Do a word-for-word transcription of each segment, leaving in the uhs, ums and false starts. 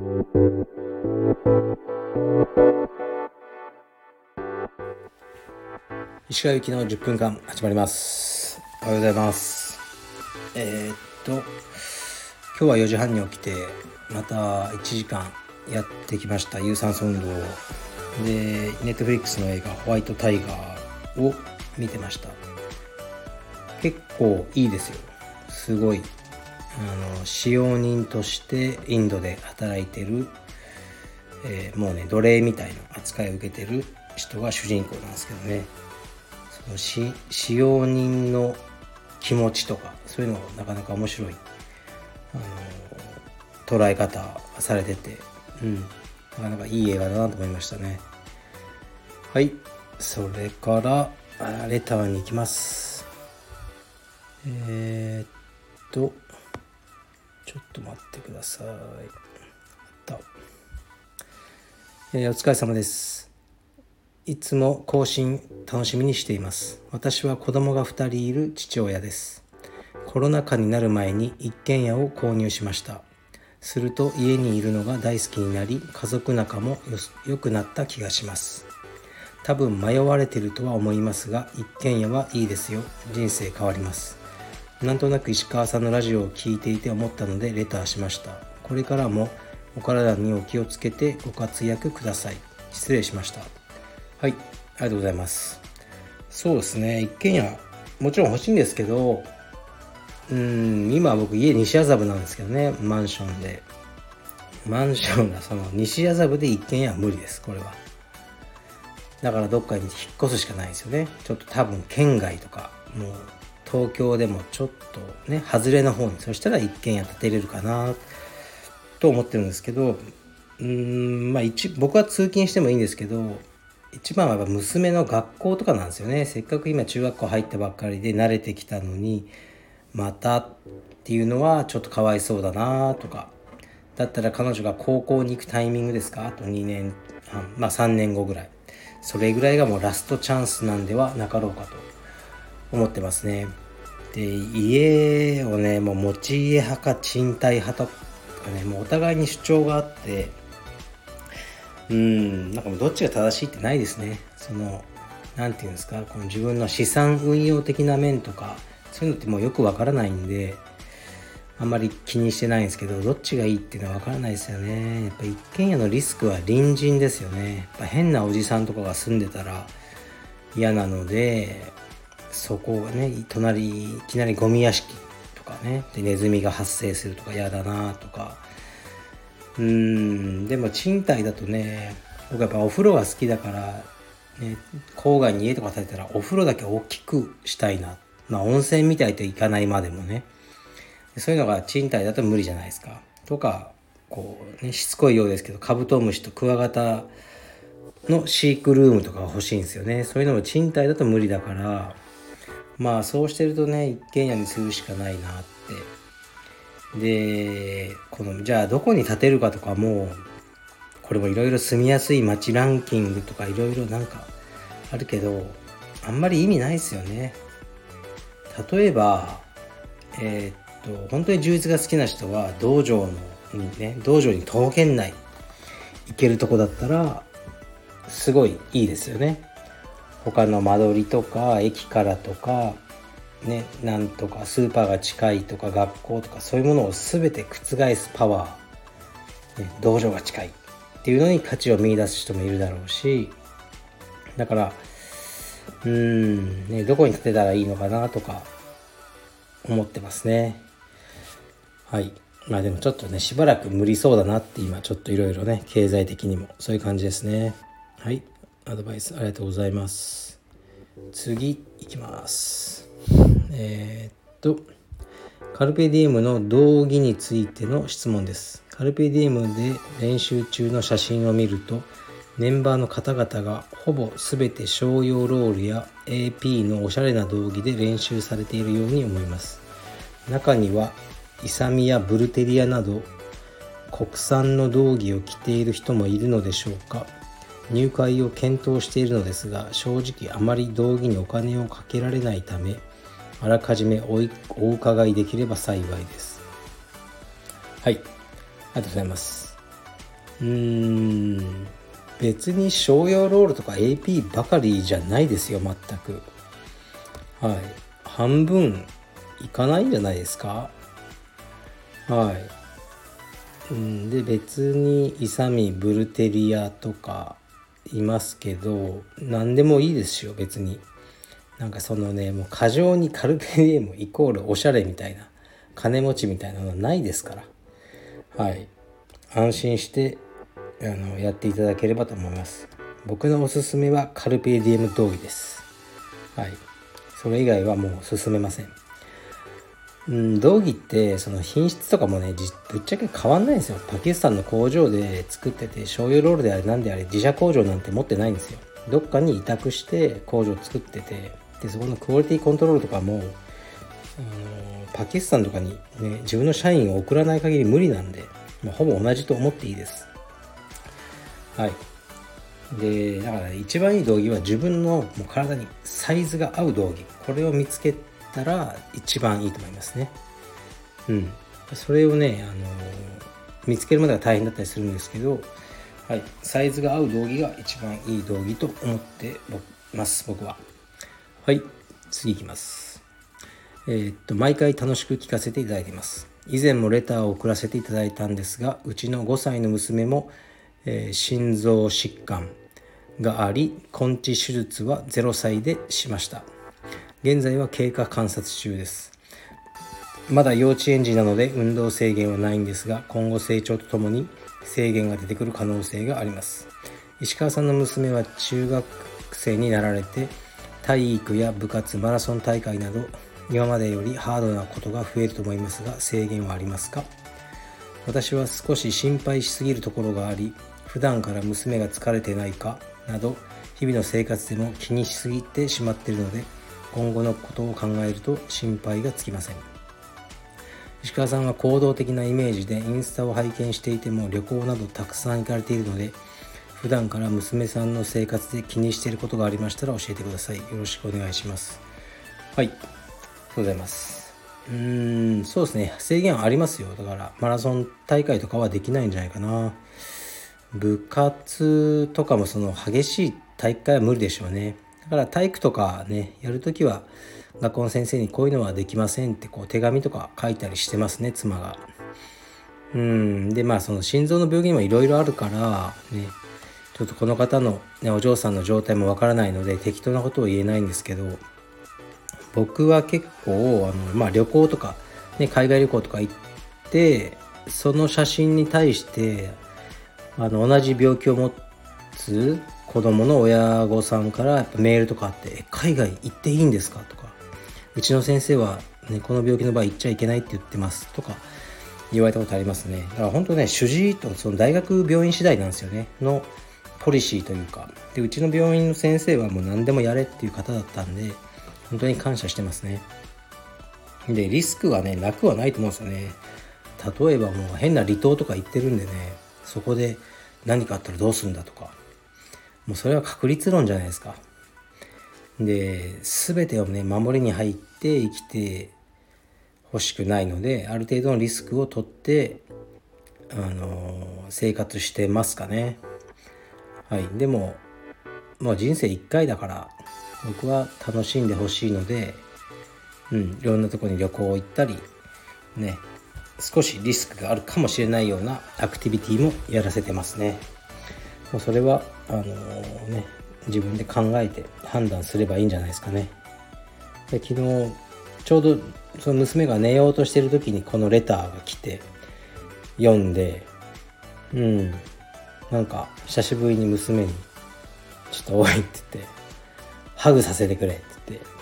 石川由紀のじゅっぷんかん始まります。おはようございます。えー、っと今日はよじはんに起きてまたいちじかんやってきました。有酸素運動で、ネットフリックスの映画ホワイトタイガーを見てました。結構いいですよ。すごいあの使用人としてインドで働いてる、えー、もうね奴隷みたいな扱いを受けてる人が主人公なんですけどね、そのし使用人の気持ちとかそういうのなかなか面白いあの捉え方されてて、うん、なかなかいい映画だなと思いましたね。はい、それからレターに行きます。えー、っとちょっと待ってください。あった、えー、お疲れ様です。いつも更新楽しみにしています。私は子供がふたりいる父親です。コロナ禍になる前に一軒家を購入しました。すると家にいるのが大好きになり、家族仲も良くなった気がします。多分迷われているとは思いますが、一軒家はいいですよ。人生変わります。なんとなく石川さんのラジオを聞いていて思ったのでレターしました。これからもお体にお気をつけてご活躍ください。失礼しました。はい、ありがとうございます。そうですね、一軒家もちろん欲しいんですけど、うーん今僕家西麻布なんですけどね、マンションでマンションがその西麻布で一軒家は無理です。これはだからどっかに引っ越すしかないですよね。ちょっと多分県外とかもう東京でもちょっとね外れの方に、そしたら一軒家建てれるかなと思ってるんですけど、うーんまあ一僕は通勤してもいいんですけど、一番はやっぱ娘の学校とかなんですよね。せっかく今中学校入ったばっかりで慣れてきたのにまたっていうのはちょっとかわいそうだなとか、だったら彼女が高校に行くタイミングですか、あとにねんはん、まあさんねんごぐらい、それぐらいがもうラストチャンスなんではなかろうかと思ってますね。で、家をねもう持ち家派か賃貸派とかね、もうお互いに主張があって、うーんなんかもうどっちが正しいってないですね。そのなんていうんですか、この自分の資産運用的な面とかそういうのってもうよくわからないんであんまり気にしてないんですけど、どっちがいいっていうのはわからないですよね。やっぱ一軒家のリスクは隣人ですよね。やっぱ変なおじさんとかが住んでたら嫌なので、そこがね隣いきなりゴミ屋敷とかねでネズミが発生するとか嫌だなとか、うーんでも賃貸だとね、僕やっぱお風呂が好きだからね、郊外に家とか建てたらお風呂だけ大きくしたいな、まあ温泉みたいといかないまでもね、そういうのが賃貸だと無理じゃないですか。とかこうね、しつこいようですけどカブトムシとクワガタの飼育ルームとかが欲しいんですよね。そういうのも賃貸だと無理だから、まあそうしてるとね一軒家にするしかないなって。でこのじゃあどこに建てるかとかも、これもいろいろ住みやすい街ランキングとかいろいろなんかあるけど、あんまり意味ないですよね。例えばえー、っと本当に充実が好きな人は道場のにね道場に徒歩圏内行けるとこだったらすごいいいですよね。他の間取りとか駅からとかね、なんとかスーパーが近いとか学校とかそういうものを全て覆すパワー、ね、道場が近いっていうのに価値を見出す人もいるだろうし、だからうーん、ね、どこに建てたらいいのかなとか思ってますね。はい。まあでもちょっとねしばらく無理そうだなって今ちょっといろいろね経済的にもそういう感じですね。はい、アドバイスありがとうございます。次いきます。えー、っとカルペディエムの道着についての質問です。カルペディエムで練習中の写真を見るとメンバーの方々がほぼ全て商用ロールや エーピー のおしゃれな道着で練習されているように思います。中にはイサミやブルテリアなど国産の道着を着ている人もいるのでしょうか。入会を検討しているのですが、正直あまり道着にお金をかけられないため、あらかじめ お, いお伺いできれば幸いです。はい、ありがとうございます。 うーん別に商用ロールとか エーピー ばかりじゃないですよ、全く。はい、半分いかないんじゃないですか。はい。うんで別にイサミブルテリアとかいますけど、何でもいいですよ別に。なんかそのね、もう過剰にカルペディエムイコールおしゃれみたいな、金持ちみたいなのはないですから。はい、安心してあのやっていただければと思います。僕のおすすめはカルペディエム道着です。はい、それ以外はもう勧めません。うん、道着ってその品質とかもね、ぶっちゃけ変わんないんですよ。パキスタンの工場で作ってて、醤油ロールであれなんであれ自社工場なんて持ってないんですよ。どっかに委託して工場作ってて、でそこのクオリティコントロールとかも、あのパキスタンとかに、ね、自分の社員を送らない限り無理なんで、まあ、ほぼ同じと思っていいです。はい。でだから、ね、一番いい道着は自分のもう体にサイズが合う道着、これを見つけたら一番いいと思いますね。うん、それをね、あのー、見つけるまでは大変だったりするんですけど、はい、サイズが合う道着が一番いい道着と思ってます僕は。はい、次いきます。えー、っと毎回楽しく聞かせていただいています。以前もレターを送らせていただいたんですが、うちのごさいの娘も、えー、心臓疾患があり、根治手術はゼロさいでしました。現在は経過観察中です。まだ幼稚園児なので運動制限はないんですが、今後成長とともに制限が出てくる可能性があります。石川さんの娘は中学生になられて、体育や部活、マラソン大会など今までよりハードなことが増えると思いますが、制限はありますか？私は少し心配しすぎるところがあり、普段から娘が疲れてないかなど日々の生活でも気にしすぎてしまっているので、今後のことを考えると心配がつきません。石川さんは行動的なイメージでインスタを拝見していても、旅行などたくさん行かれているので、普段から娘さんの生活で気にしていることがありましたら教えてください。よろしくお願いします。はい、ありがとうございます。うーんそうですね、制限はありますよ。だからマラソン大会とかはできないんじゃないかな。部活とかもその激しい大会は無理でしょうね。だから体育とかね、やるときは学校の先生にこういうのはできませんってこう手紙とか書いたりしてますね、妻が。うんでまあその心臓の病気にもいろいろあるからね、ちょっとこの方の、ね、お嬢さんの状態もわからないので適当なことを言えないんですけど、僕は結構あの、まあ、旅行とか、ね、海外旅行とか行って、その写真に対してあの同じ病気を持つ子供の親御さんからやっぱメールとかあって、海外行っていいんですかとか、うちの先生は、ね、この病気の場合行っちゃいけないって言ってますとか言われたことありますね。だから本当ね、主治医とその大学病院次第なんですよねのポリシーというか。でうちの病院の先生はもう何でもやれっていう方だったんで、本当に感謝してますね。でリスクはねなくはないと思うんですよね。例えばもう変な離島とか行ってるんでね、そこで何かあったらどうするんだとか、もうそれは確率論じゃないですか。で全てをね守りに入って生きてほしくないので、ある程度のリスクを取ってあの生活してますかね。はい、でももう人生いっかいだから僕は楽しんでほしいので、うん、いろんなところに旅行行ったりね、少しリスクがあるかもしれないようなアクティビティもやらせてますね。もうそれはあのー、ね自分で考えて判断すればいいんじゃないですかね。で昨日ちょうどその娘が寝ようとしてる時にこのレターが来て読んで、うんなんか久しぶりに娘にちょっとおいって言ってハグさせてくれって言って、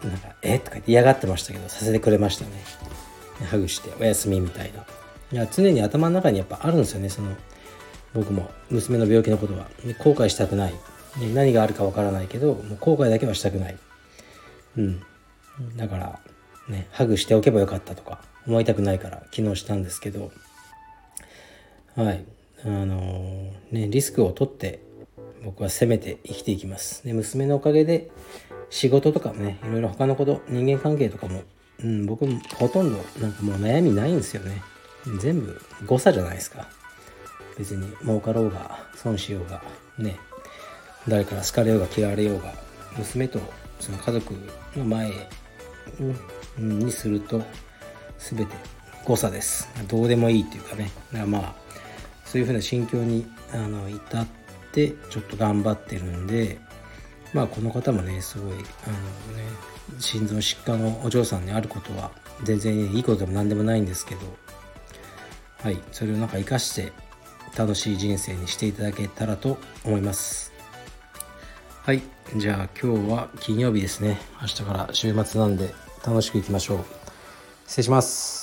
なんかえとか言って嫌がってましたけど、させてくれましたね。ハグしておやすみみたいな。いや常に頭の中にやっぱあるんですよね。その僕も娘の病気のことは後悔したくない、何があるかわからないけどもう後悔だけはしたくない、うんだからねハグしておけばよかったとか思いたくないから昨日したんですけど、はいあのー、ねリスクを取って僕は攻めて生きていきます。で娘のおかげで仕事とかもね、いろいろ他のこと、人間関係とかも、うん、僕もほとんどなんかもう悩みないんですよね。全部誤差じゃないですか。 別に儲かろうが損しようがね、誰から好かれようが嫌われようが、娘とその家族の前にすると全て誤差です。どうでもいいっていうかね、だからまあそういう風な心境にあの至ってちょっと頑張ってるんで、まあこの方もねすごいあのね心臓疾患のお嬢さんにあることは全然いいことでも何でもないんですけど、はい、それをなんか生かして楽しい人生にしていただけたらと思います。はい、じゃあ今日は金曜日ですね。明日から週末なんで楽しくいきましょう。失礼します。